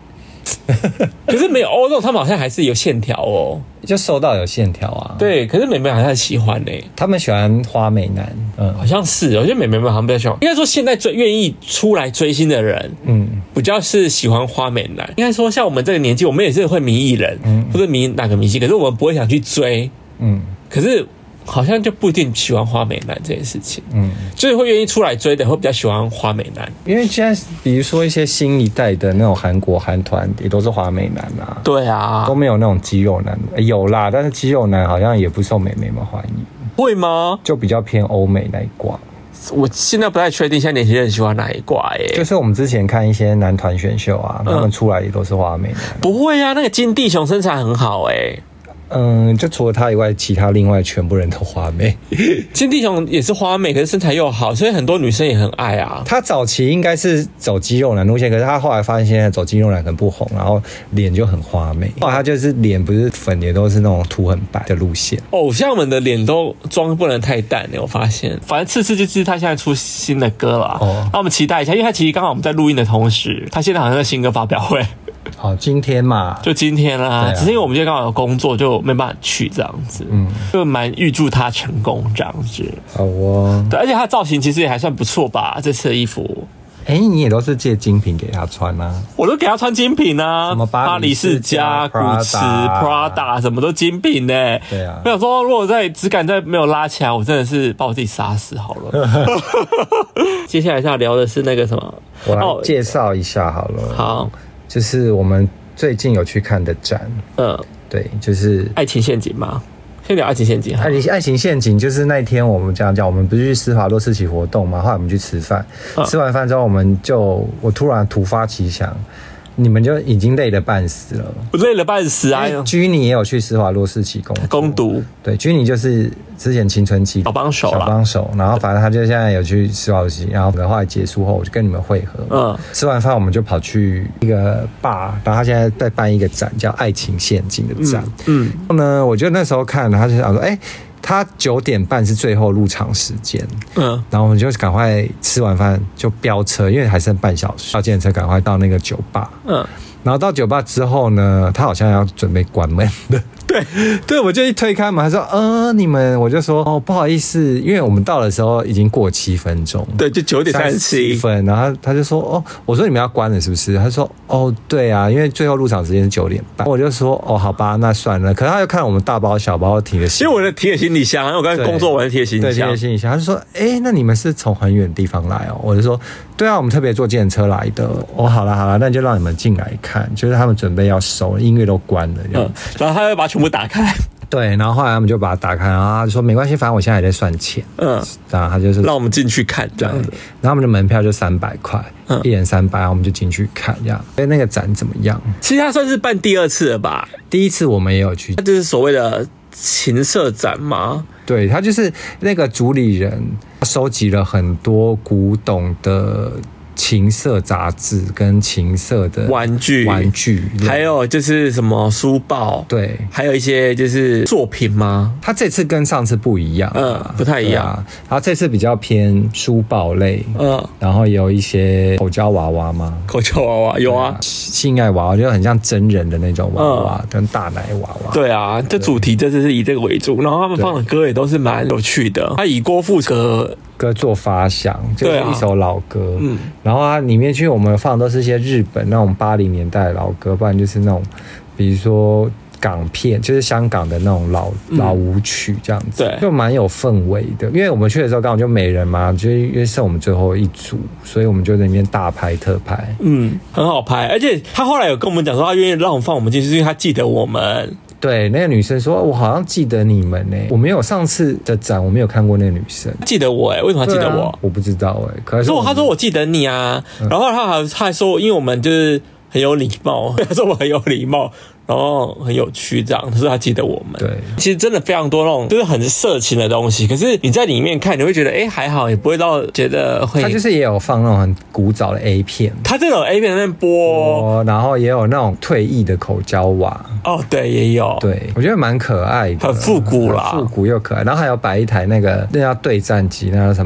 Speaker 1: 可是没有欧肉，他们好像还是有线条哦，
Speaker 3: 就瘦到有线条啊。
Speaker 1: 对，可是妹妹好像很喜欢呢、欸，
Speaker 3: 他们喜欢花美男，嗯，
Speaker 1: 好像是，我觉得妹妹们好像比较喜欢。应该说现在追愿意出来追星的人，嗯，比较是喜欢花美男。应该说像我们这个年纪，我们也是会迷艺人，嗯，或者迷哪个明星，可是我们不会想去追，嗯，可是。好像就不一定喜欢花美男这件事情，嗯，就是会愿意出来追的，会比较喜欢花美男，
Speaker 3: 因为现在比如说一些新一代的那种韩国韩团也都是花美男啊，
Speaker 1: 对啊，
Speaker 3: 都没有那种肌肉男，有啦，但是肌肉男好像也不受美眉们欢迎，
Speaker 1: 会吗？
Speaker 3: 就比较偏欧美那一挂。
Speaker 1: 我现在不太确定现在年轻人喜欢哪一挂耶、欸。
Speaker 3: 就是我们之前看一些男团选秀啊，他们出来也都是花美男、嗯。
Speaker 1: 不会啊，那个金地雄身材很好哎、欸。
Speaker 3: 嗯，就除了他以外，其他另外全部人都花美。
Speaker 1: 金地雄也是花美，可是身材又好，所以很多女生也很爱啊。
Speaker 3: 他早期应该是走肌肉男路线，可是他后来发现现在走肌肉男很不红，然后脸就很花美。后来他就是脸不是粉，也都是那种涂很白的路线。
Speaker 1: 偶像们的脸都妆不能太淡呢，我发现。反正次次就是他现在出新的歌了，哦，那我们期待一下，因为他其实刚好我们在录音的同时，他现在好像在新歌发表会。
Speaker 3: 好，今天嘛，
Speaker 1: 就今天啦、啊，只是因为我们今天刚好有工作，就没办法去这样子，嗯，就蛮预祝他成功这样子。
Speaker 3: 好哦，
Speaker 1: 对，而且他的造型其实也还算不错吧，这次的衣服。
Speaker 3: 哎、欸，你也都是借精品给他穿啊？
Speaker 1: 我都给他穿精品啊，什么巴黎世家、古驰、Prada， 什么都精品呢、欸。
Speaker 3: 对啊，
Speaker 1: 我想说，如果在质感再没有拉起来，我真的是把我自己杀死好了。接下来是要聊的是那个什么，
Speaker 3: 我来介绍一下好了。
Speaker 1: 哦、好。
Speaker 3: 就是我们最近有去看的展，嗯，对，就是
Speaker 1: 爱情陷阱吗？先聊爱情陷阱。
Speaker 3: 爱情爱情陷阱就是那天我们这样讲，我们不是去施华洛世奇活动嘛，后来我们去吃饭，嗯、吃完饭之后，我们就我突然突发奇想。你们就已经累得半死了，
Speaker 1: 我累得半死啊！
Speaker 3: 居尼也有去施华洛世奇攻
Speaker 1: 攻读，
Speaker 3: 对，居尼就是之前青春期
Speaker 1: 小帮手，
Speaker 3: 小帮手，然后反正他就现在有去施华洛世奇，然后后来结束后我就跟你们会合，嗯，吃完饭我们就跑去一个 bar， 然后他现在在办一个展叫《爱情陷阱》的展，嗯，然后呢，我就那时候看，他就想说，哎、欸。他九点半是最后入场时间，嗯，然后我们就赶快吃完饭就飙车，因为还剩半小时，叫计程车赶快到那个酒吧，嗯，然后到酒吧之后呢，他好像要准备关门了。对对，我就一推开门，他说：“呃，你们，我就说哦，不好意思，因为我们到的时候已经过七分钟，
Speaker 1: 对，就九点三十七
Speaker 3: 分。然后他就说：哦，我说你们要关了是不是？他说：哦，对啊，因为最后入场时间是九点半。我就说：哦，好吧，那算了。可是他就看我们大包小包提的，
Speaker 1: 因为我的提的行李箱，因为我刚才工作完提的行李箱，
Speaker 3: 对，提的行李箱。他就说：哎，那你们是从很远的地方来哦？我就说：对啊，我们特别坐计程车来的。哦，好了好了，那就让你们进来看，就是他们准备要收，音乐都关了，这样、嗯，
Speaker 1: 然后他会把全部打开。
Speaker 3: 对，然后后来他们就把它打开，然后他就说没关系，反正我现在还在算钱。嗯，然后他就是
Speaker 1: 让我们进去看这样子，
Speaker 3: 然后我们的门票就三百块，嗯，一人三百，然后我们就进去看这样。所以那个展怎么样？
Speaker 1: 其实他算是办第二次了吧？
Speaker 3: 第一次我们也有去，
Speaker 1: 他就是所谓的情色展吗？
Speaker 3: 对，他就是那个主理人收集了很多古董的情色杂志跟情色的
Speaker 1: 玩具
Speaker 3: 玩具，
Speaker 1: 还有就是什么书报，
Speaker 3: 对，
Speaker 1: 还有一些就是作品吗？
Speaker 3: 他这次跟上次不一样、啊，
Speaker 1: 嗯，不太一样。
Speaker 3: 啊、然后这次比较偏书报类，嗯，然后有一些口交娃娃吗？
Speaker 1: 口交娃娃有啊，
Speaker 3: 性爱娃娃就很像真人的那种娃娃，嗯、跟大奶娃娃。
Speaker 1: 对啊，这主题这次是以这个为主，然后他们放的歌也都是蛮有趣的。他以郭富城
Speaker 3: 歌做发想，就是一首老歌，嗯，然后它里面去我们放的都是一些日本那种八零年代的老歌，不然就是那种比如说港片，就是香港的那种老、嗯、老舞曲这样子，对，就蛮有氛围的。因为我们去的时候刚好就没人嘛，就因为剩我们最后一组，所以我们就在那边大拍特拍，
Speaker 1: 嗯，很好拍。而且他后来有跟我们讲说，他愿意让我们放我们进去，是因为他记得我们。
Speaker 3: 对，那个女生说：“我好像记得你们呢、欸，我没有上次的展，我没有看过那个女生。
Speaker 1: 记得我哎、欸，为什么她记得我？
Speaker 3: 啊、我不知道哎、欸。可是
Speaker 1: 说他说我记得你啊，嗯、然后他还他还说，因为我们就是很有礼貌，他说我很有礼貌。”然后很有趣，这样，可是他记得我们。
Speaker 3: 对，
Speaker 1: 其实真的非常多那种就是很色情的东西，可是你在里面看，你会觉得哎还好，也不会到觉得会。
Speaker 3: 他就是也有放那种很古早的 A 片，
Speaker 1: 他这种 A 片在那边播、
Speaker 3: 哦，然后也有那种退役的口交娃。
Speaker 1: 哦，对，也有。
Speaker 3: 对，我觉得蛮可爱的，
Speaker 1: 很复古啦，
Speaker 3: 复古又可爱。然后还有摆一台那个那叫对战机，那叫什么？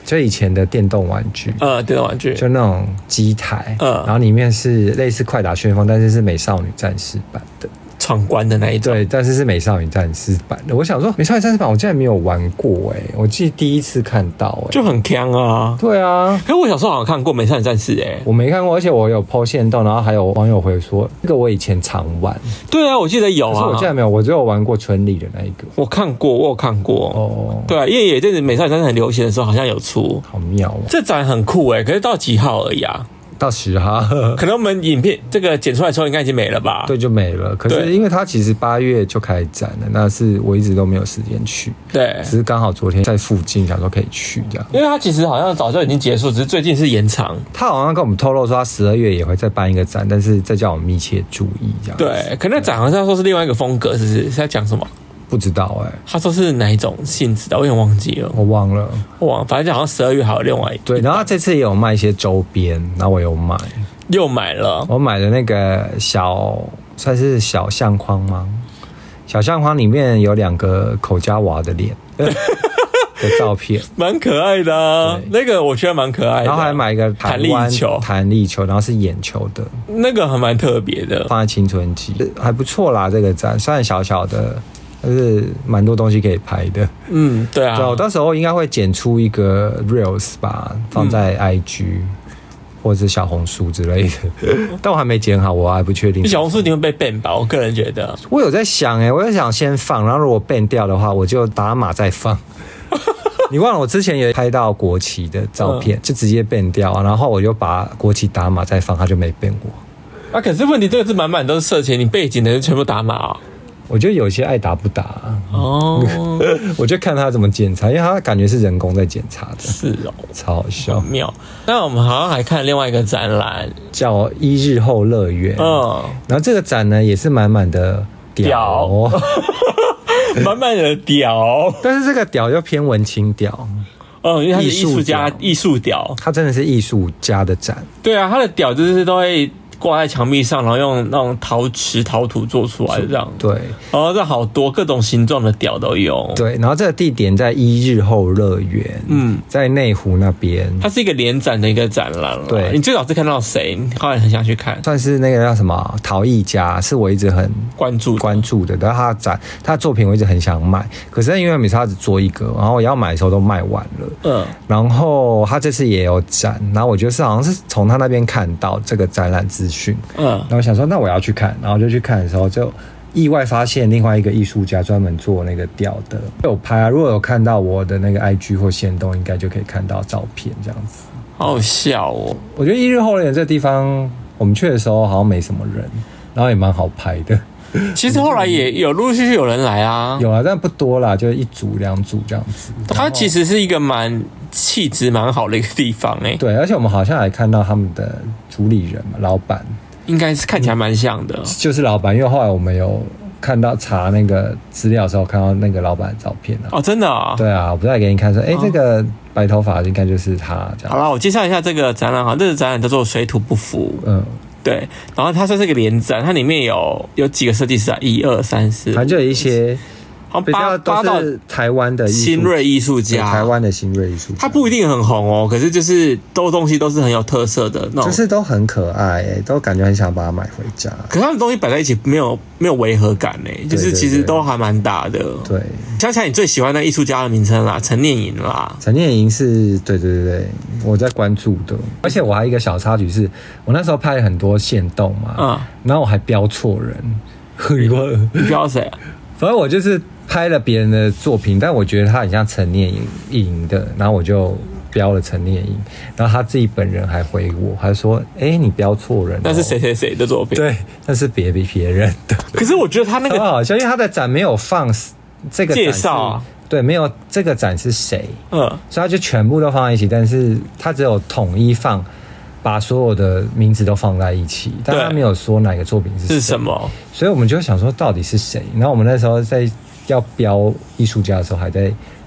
Speaker 3: 就以前的电动玩具，
Speaker 1: 呃，电动玩具，
Speaker 3: 就那种机台，
Speaker 1: 嗯，
Speaker 3: 然后里面是类似快打旋风，但是是美少女战士版的。
Speaker 1: 闯关的那一种，
Speaker 3: 对，但是是美少女战士版的。我想说，美少女战士版我竟然没有玩过哎、欸，我记得第一次看到哎、欸，
Speaker 1: 就很强啊。
Speaker 3: 对啊，
Speaker 1: 可是我小时候好像看过美少女战士哎、欸，
Speaker 3: 我没看过，而且我有 po 限动，然后还有网友回说，这个我以前常玩。
Speaker 1: 对啊，我记得有啊，
Speaker 3: 可是我竟然没有，我只有玩过春丽的那一个。
Speaker 1: 我看过，我有看过哦。对啊，因为有一阵子美少女战士很流行的时候，好像有出，
Speaker 3: 好妙哦。
Speaker 1: 这展很酷哎、欸，可是到几号而已啊？
Speaker 3: 到十号，
Speaker 1: 可能我们影片这个剪出来之后应该已经没了吧？
Speaker 3: 对，就没了。可是因为它其实八月就开展了，那是我一直都没有时间去。
Speaker 1: 对，
Speaker 3: 只是刚好昨天在附近，想说可以去这样。
Speaker 1: 因为它其实好像早就已经结束，只是最近是延长。
Speaker 3: 他好像跟我们透露说，他十二月也会再办一个展，但是再叫我们密切注意这样。
Speaker 1: 对，可那展好像说是另外一个风格，是不是？是在讲什么？
Speaker 3: 不知道哎、欸，
Speaker 1: 他说是哪一种性质的，我有点忘记了，
Speaker 3: 我忘了，
Speaker 1: 我忘了，反正好像十二月还有另外一
Speaker 3: 对，然后他这次也有卖一些周边，然后我有买，
Speaker 1: 又买了，
Speaker 3: 我买的那个小算是小相框吗？小相框里面有两个口加娃的脸的照片，
Speaker 1: 蛮可爱的啊，那个我觉得蛮可爱的。
Speaker 3: 然后还买一个
Speaker 1: 弹力球，
Speaker 3: 弹力球，然后是眼球的，
Speaker 1: 那个还蛮特别的，
Speaker 3: 放在青春期还不错啦。这个展虽然小小的。但是蛮多东西可以拍的，
Speaker 1: 嗯，对啊，
Speaker 3: 对，我到时候应该会剪出一个 reels 吧，放在 I G、嗯、或者是小红书之类的，但我还没剪好，我还不确定。
Speaker 1: 小红书一定会被 ban 吧？我个人觉得，
Speaker 3: 我有在想哎、欸，我在想先放，然后如果 ban 掉的话，我就打码再放。你忘了我之前也拍到国旗的照片，嗯、就直接 ban 掉，然后我就把国旗打码再放，他就没 ban 我。
Speaker 1: 啊，可是问题这个是满满都是色情，你背景的全部打码啊、哦。
Speaker 3: 我觉得有些爱打不打
Speaker 1: 哦，
Speaker 3: 我就看他怎么检查，因为他感觉是人工在检查的。
Speaker 1: 是哦，
Speaker 3: 超好笑，
Speaker 1: 好妙。那我们好像还看另外一个展览，
Speaker 3: 叫一日后乐园。嗯，然后这个展呢也是满满的屌，
Speaker 1: 满满的屌，
Speaker 3: 但是这个屌就偏文青屌。
Speaker 1: 嗯，因为他是艺术家，艺术屌，
Speaker 3: 他真的是艺术家的展。
Speaker 1: 对啊，他的屌就是都会挂在墙壁上，然后用那种陶瓷、陶土做出来的这样。
Speaker 3: 对，
Speaker 1: 然后这好多各种形状的屌都有。
Speaker 3: 对，然后这个地点在一日后乐园，嗯，在内湖那边。
Speaker 1: 它是一个联展的一个展览。
Speaker 3: 对，
Speaker 1: 你最早是看到谁？你后来很想去看？
Speaker 3: 算是那个叫什么陶艺家，是我一直很
Speaker 1: 关注
Speaker 3: 关注的。然后他的展，他的作品我一直很想买，可是因为每次他只做一个，然后我要买的时候都卖完了。嗯，然后他这次也有展，然后我觉得是好像是从他那边看到这个展览资讯。嗯，然后我想说，那我要去看，然后就去看的时候，就意外发现另外一个艺术家专门做那个吊的，有拍啊。如果有看到我的那个 I G 或限动，应该就可以看到照片这样子。
Speaker 1: 好好笑哦！
Speaker 3: 我觉得一日后乐园这个地方，我们去的时候好像没什么人，然后也蛮好拍的。
Speaker 1: 其实后来也有陆陆续续有人来啊，
Speaker 3: 有啊，但不多啦，就一组两组这样子。
Speaker 1: 它其实是一个蛮气质蛮好的一个地方哎、欸。
Speaker 3: 对，而且我们好像还看到他们的主理人嘛，老板。
Speaker 1: 应该是看起来蛮像的、嗯，
Speaker 3: 就是老板，因为后来我们有看到查那个资料的时候，看到那个老板的照片啊。
Speaker 1: 哦，真的啊、哦？
Speaker 3: 对啊，我不再给你看说，哎、欸，这个白头发应该就是他这样。
Speaker 1: 好啦，我介绍一下这个展览哈，这个展览叫做水土不服。嗯，对，然后它算是个联展，它里面有有几个设计师啊，一二三四，
Speaker 3: 反正就有一些。
Speaker 1: 比较
Speaker 3: 都是台湾的
Speaker 1: 新锐艺术家，
Speaker 3: 台湾的新锐艺术家，
Speaker 1: 他不一定很红哦，可是就是都东西都是很有特色的那种，
Speaker 3: 就是都很可爱、欸，都感觉很想把它买回家。
Speaker 1: 可是他们东西摆在一起没有没有违和感哎、欸，就是其实都还蛮大的。
Speaker 3: 对，
Speaker 1: 想起来你最喜欢的艺术家的名称啦，陈念莹啦，
Speaker 3: 陈念莹是对对对对，我在关注的，而且我还有一个小插曲是，我那时候拍了很多限动嘛，嗯，然后我还标错人，
Speaker 1: 你标谁啊？
Speaker 3: 反正我就是拍了别人的作品，但我觉得他很像陈念莹的，然后我就标了陈念莹，然后他自己本人还回我，还说：“哎、欸，你标错人、哦，
Speaker 1: 那是谁谁谁的作品？
Speaker 3: 对，那是别别人的。”
Speaker 1: 可是我觉得他那个
Speaker 3: 很好笑，因为他的展没有放这个
Speaker 1: 介绍、啊，
Speaker 3: 对，没有这个展是谁，嗯，所以他就全部都放在一起，但是他只有统一放。把所有的名字都放在一起，但他没有说哪个作品是谁
Speaker 1: 是什么，
Speaker 3: 所以我们就想说到底是谁。然后我们那时候在要标艺术家的时候，还在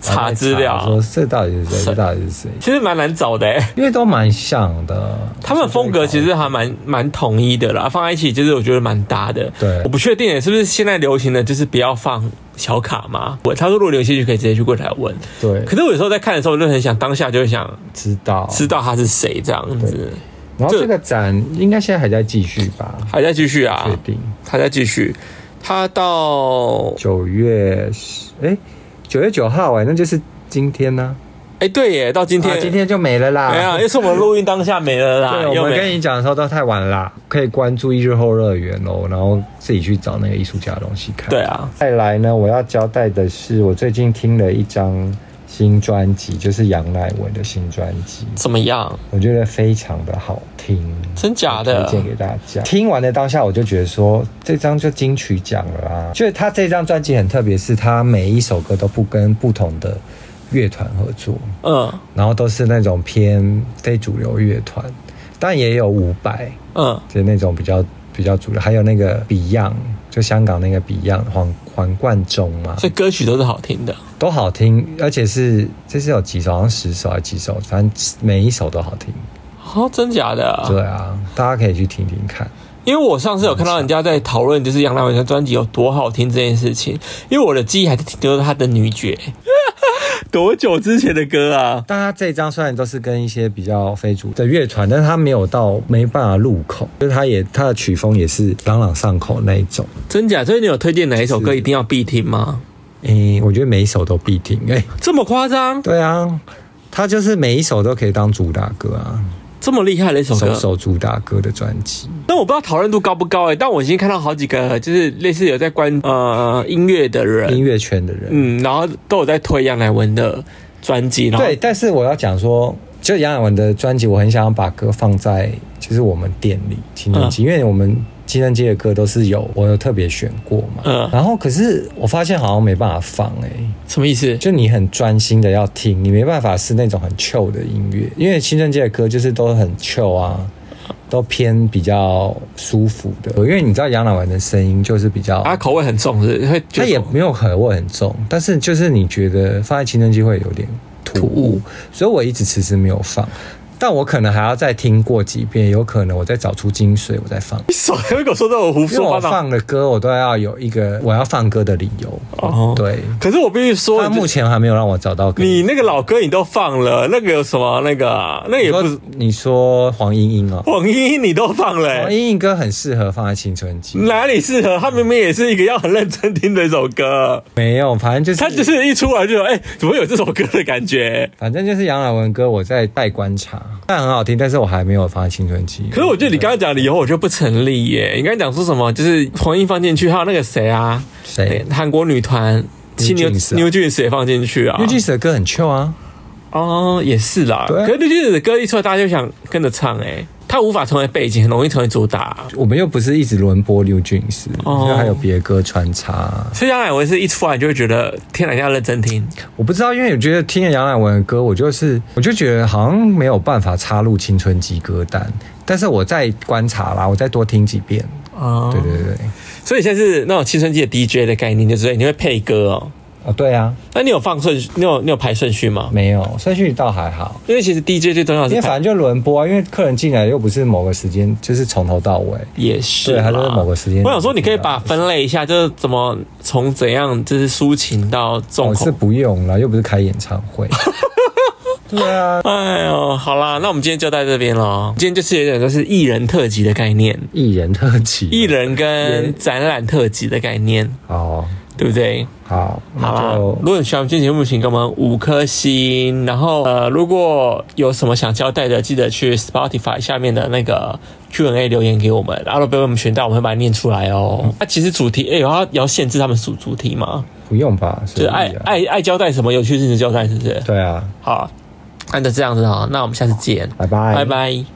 Speaker 1: 查资料，
Speaker 3: 说这到底是谁？这到底是谁？
Speaker 1: 其实蛮难找的、欸，
Speaker 3: 因为都蛮像的。
Speaker 1: 他们风格其实还蛮蛮统一的啦，放在一起就是我觉得蛮搭的。
Speaker 3: 对，
Speaker 1: 我不确定是不是现在流行的就是不要放小卡嘛？他说如果流行就可以直接去柜台问。
Speaker 3: 对，
Speaker 1: 可是我有时候在看的时候，我就很想当下就会想
Speaker 3: 知道
Speaker 1: 知道他是谁这样子。
Speaker 3: 然后这个展应该现在还在继续吧？
Speaker 1: 还在继续啊？
Speaker 3: 确定
Speaker 1: 还在继续。他到
Speaker 3: 九月，哎，九月九号哎，那就是今天呢、啊。
Speaker 1: 哎，对耶，到今天、
Speaker 3: 啊，今天就没了啦。
Speaker 1: 没有，又是我们录音当下没了啦。
Speaker 3: 对，我们跟你讲的时候都太晚了啦，可以关注一日后乐园喽，然后自己去找那个艺术家的东西看。
Speaker 1: 对啊。
Speaker 3: 再来呢，我要交代的是，我最近听了一张新专辑，就是杨乃文的新专辑。
Speaker 1: 怎么样？
Speaker 3: 我觉得非常的好听。
Speaker 1: 真假的？
Speaker 3: 推荐给大家。听完的当下，我就觉得说，这张就金曲奖了啊！就是他这张专辑很特别，是他每一首歌都不跟不同的乐团合作，嗯，然后都是那种偏非主流乐团，当然也有伍佰，嗯，就那种比较比较主流，还有那个 Beyond， 就香港那个 Beyond 黄黄贯中嘛，
Speaker 1: 所以歌曲都是好听的，
Speaker 3: 都好听，而且是这是有几首，好像十首还是几首，反正每一首都好听。
Speaker 1: 哦，真假的、啊？
Speaker 3: 对啊，大家可以去听听看。
Speaker 1: 因为我上次有看到人家在讨论，就是杨乃文的专辑有多好听这件事情。因为我的记忆还是停留在他的女爵，多久之前的歌啊？
Speaker 3: 但他这张虽然都是跟一些比较非主的乐团，但是他没有到没办法入口，就是他也他的曲风也是朗朗上口那一种。
Speaker 1: 真假？所以你有推荐哪一首歌一定要必听吗？
Speaker 3: 诶、欸，我觉得每一首都必听。诶、欸，
Speaker 1: 这么夸张？
Speaker 3: 对啊，他就是每一首都可以当主打歌啊。
Speaker 1: 这么厉害的一首歌，
Speaker 3: 首首主打歌的专辑。
Speaker 1: 但我不知道讨论度高不高哎、欸，但我已经看到好几个就是类似有在关呃音乐的人，
Speaker 3: 音乐圈的人，
Speaker 1: 嗯，然后都有在推杨乃文的专辑。
Speaker 3: 对，但是我要讲说，就杨乃文的专辑，我很想要把歌放在就是我们店里青春期、嗯，因为我们青春期的歌都是有我有特别选过嘛，嗯，然后可是我发现好像没办法放哎、欸，
Speaker 1: 什么意思？
Speaker 3: 就你很专心的要听，你没办法是那种很 chill 的音乐，因为青春期的歌就是都很 chill 啊，都偏比较舒服的。因为你知道杨乃文的声音就是比较，
Speaker 1: 他口味很重，是会，
Speaker 3: 他也没有口味很重，但是就是你觉得放在青春期会有点突兀，所以我一直迟迟没有放。但我可能还要再听过几遍，有可能我再找出精髓，我再放。
Speaker 1: 你少跟我说这种胡说八道。因为我
Speaker 3: 放的歌，我都要有一个我要放歌的理由。哦，对。
Speaker 1: 可是我必须说，
Speaker 3: 他目前还没有让我找到歌。
Speaker 1: 你那个老歌你都放了，那个有什么那个、啊？那也不是
Speaker 3: 你说黄莺莺哦，
Speaker 1: 黄莺莺你都放了、欸。
Speaker 3: 黄莺莺歌很适合放在青春期。
Speaker 1: 哪里适合？他明明也是一个要很认真听的一首歌。
Speaker 3: 没有，反正就是
Speaker 1: 他就是一出来就说，哎、欸，怎么有这首歌的感觉？
Speaker 3: 反正就是杨乃文歌，我在待观察，但很好听。但是我还没有放在青春期。
Speaker 1: 可是我觉得你刚才讲的理由，我觉得不成立耶。你刚才讲说什么？就是黄莺放进去，还有那个谁啊？
Speaker 3: 谁？韩
Speaker 1: 国女团 New New Jeans 也放进去啊。
Speaker 3: New Jeans 的歌很 chill 啊。
Speaker 1: 哦，也是啦。
Speaker 3: 对。
Speaker 1: 可是 New Jeans 的歌一出来，大家就想跟着唱哎。它无法成为背景，很容易成为主打。
Speaker 3: 我们又不是一直轮播 New Jeans， 哦，还有别歌穿插。
Speaker 1: 所以杨乃文是一出来就会觉得天哪，一定要认真听。
Speaker 3: 我不知道，因为我觉得听了杨乃文的歌，我就是我就觉得好像没有办法插入青春期歌单。但是我再观察啦，我再多听几遍。哦，对对对。
Speaker 1: 所以现在是那种青春期的 D J 的概念，就是你会配歌哦。
Speaker 3: 哦，对啊，
Speaker 1: 那你有放顺序？你有你有排顺序吗？
Speaker 3: 没有，顺序倒还好，
Speaker 1: 因为其实 D J 最重要的是，
Speaker 3: 因为反正就轮播啊，因为客人进来又不是某个时间，就是从头到尾，
Speaker 1: 也是，
Speaker 3: 对，他就是某个时间。
Speaker 1: 我想说，你可以把分类一下，就是怎么从怎样就是抒情到重口，
Speaker 3: 哦，是不用啦，又不是开演唱会。对啊，
Speaker 1: 哎呦，好啦，那我们今天就到这边了。今天就是有点就是艺人特辑的概念，
Speaker 3: 艺人特辑，
Speaker 1: 艺人跟展览特辑的概念，哦，对不对？
Speaker 3: 好，
Speaker 1: 好啦，如果你喜欢今天节目，请给我们五颗星。然后呃，如果有什么想交代的，记得去 Spotify 下面的那个 Q and A 留言给我们，然后被我们选到，我们会把它念出来哦。那、嗯啊、其实主题，哎、欸，有要要限制他们主主题吗？
Speaker 3: 不用吧，
Speaker 1: 就是爱爱爱交代什么有趣事情的交代，是不是？
Speaker 3: 对啊，
Speaker 1: 好，那就这样子哈，那我们下次见，
Speaker 3: 拜拜，
Speaker 1: 拜拜。